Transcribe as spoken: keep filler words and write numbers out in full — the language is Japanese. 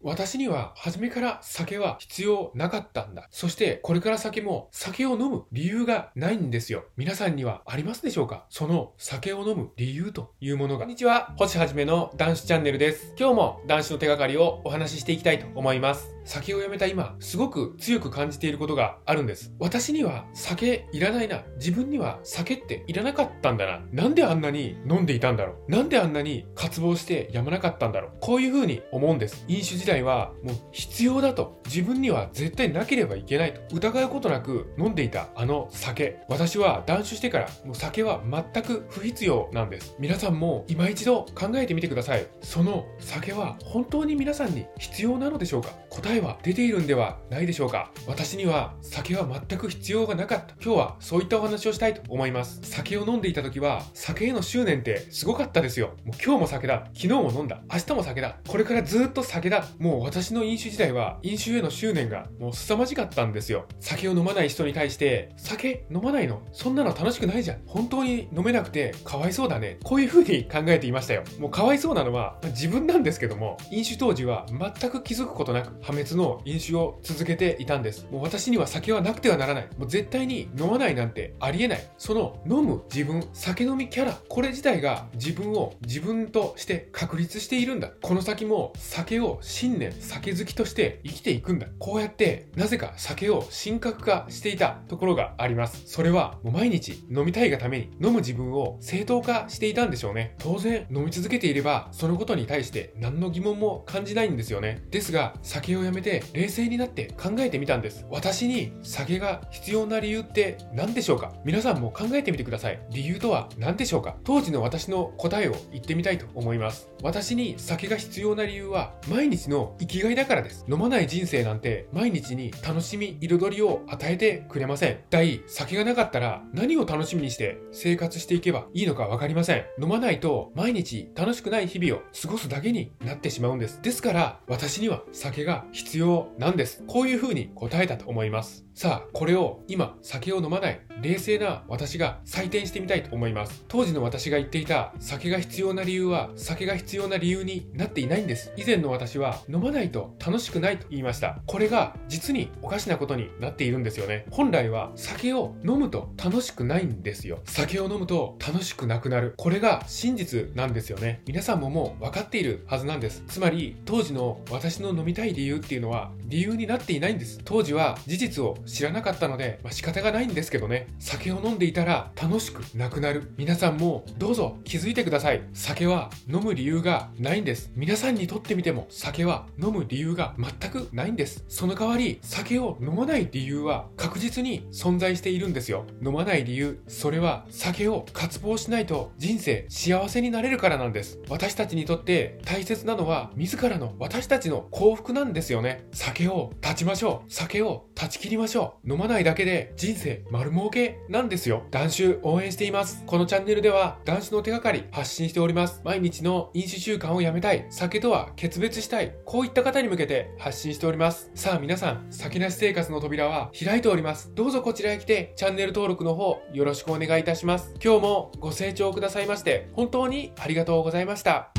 私には初めから酒は必要なかったんだ。そしてこれから先も酒を飲む理由がないんですよ。皆さんにはありますでしょうか？その酒を飲む理由というものが。こんにちは、星はじめの男子チャンネルです。今日も男子の手がかりをお話ししていきたいと思います。酒をやめた今、すごく強く感じていることがあるんです。私には酒いらないな。自分には酒っていらなかったんだな。なんであんなに飲んでいたんだろう。なんであんなに渇望してやまなかったんだろう。こういう風に思うんです。飲酒時代はもう必要だと。自分には絶対なければいけないと。疑うことなく飲んでいたあの酒。私は断酒してからもう酒は全く不必要なんです。皆さんも今一度考えてみてください。その酒は本当に皆さんに必要なのでしょうか？答えは出ているんではないでしょうか？私には酒は全く必要がなかった。今日はそういったお話をしたいと思います。酒を飲んでいた時は酒への執念ってすごかったですよ。もう今日も酒だ。昨日も飲んだ。明日も酒だ。これからずっと酒だ。もう私の飲酒時代は飲酒への執念がもう凄まじかったんですよ。酒を飲まない人に対して酒飲まないの？そんなの楽しくないじゃん。本当に飲めなくてかわいそうだね。こういう風に考えていましたよ。もうかわいそうなのは自分なんですけども、飲酒当時は全く気づくことなく破滅の飲酒を続けていたんです。もう私には酒はなくてはならない。もう絶対に飲まないなんてありえない。その飲む自分、酒飲みキャラ、これ自体が自分を自分として確立しているんだ。この先も酒を信念、酒好きとして生きていくんだ。こうやってなぜか酒を神格化していたところがあります。それはもう毎日飲みたいがために飲む自分を正当化していたんでしょうね。当然飲み続けていればそのことに対して何の疑問も感じないんですよね。ですが酒をやめて冷静になって考えてみたんです。私に酒が必要な理由って何でしょうか？皆さんも考えてみてください。理由とは何でしょうか？当時の私の答えを言ってみたいと思います。私に酒が必要な理由は毎日の生きがいだからです。飲まない人生なんて毎日に楽しみ、彩りを与えてくれません。一体酒がなかったら何を楽しみにして生活していけばいいのかわかりません。飲まないと毎日楽しくない日々を過ごすだけになってしまうんです。ですから私には酒が必要なんです。こういう風に答えたと思います。さあ、これを今酒を飲まない冷静な私が採点してみたいと思います。当時の私が言っていた酒が必要な理由は酒が必要な理由になっていないんです。以前の私は飲まないと楽しくないと言いました。これが実におかしなことになっているんですよね。本来は酒を飲むと楽しくないんですよ。酒を飲むと楽しくなくなる。これが真実なんですよね。皆さんももう分かっているはずなんです。つまり当時の私の飲みたい理由っていうのは理由になっていないんです。当時は事実を知らなかったので、まあ、仕方がないんですけどね。酒を飲んでいたら楽しくなくなる。皆さんもどうぞ気づいてください。酒は飲む理由がないんです。皆さんにとってみても酒は飲む理由が全くないんです。その代わり酒を飲まない理由は確実に存在しているんですよ。飲まない理由、それは酒を渇望しないと人生幸せになれるからなんです。私たちにとって大切なのは自らの私たちの幸福なんですよね。酒を断ちましょう。酒を断ち切りましょう。飲まないだけで人生丸儲けなんですよ。断酒応援しています。このチャンネルでは断酒の手がかり発信しております。毎日の飲酒習慣をやめたい、酒とは決別したい、こういった方に向けて発信しております。さあ皆さん、酒なし生活の扉は開いております。どうぞこちらへ来てチャンネル登録の方よろしくお願いいたします。今日もご清聴くださいまして本当にありがとうございました。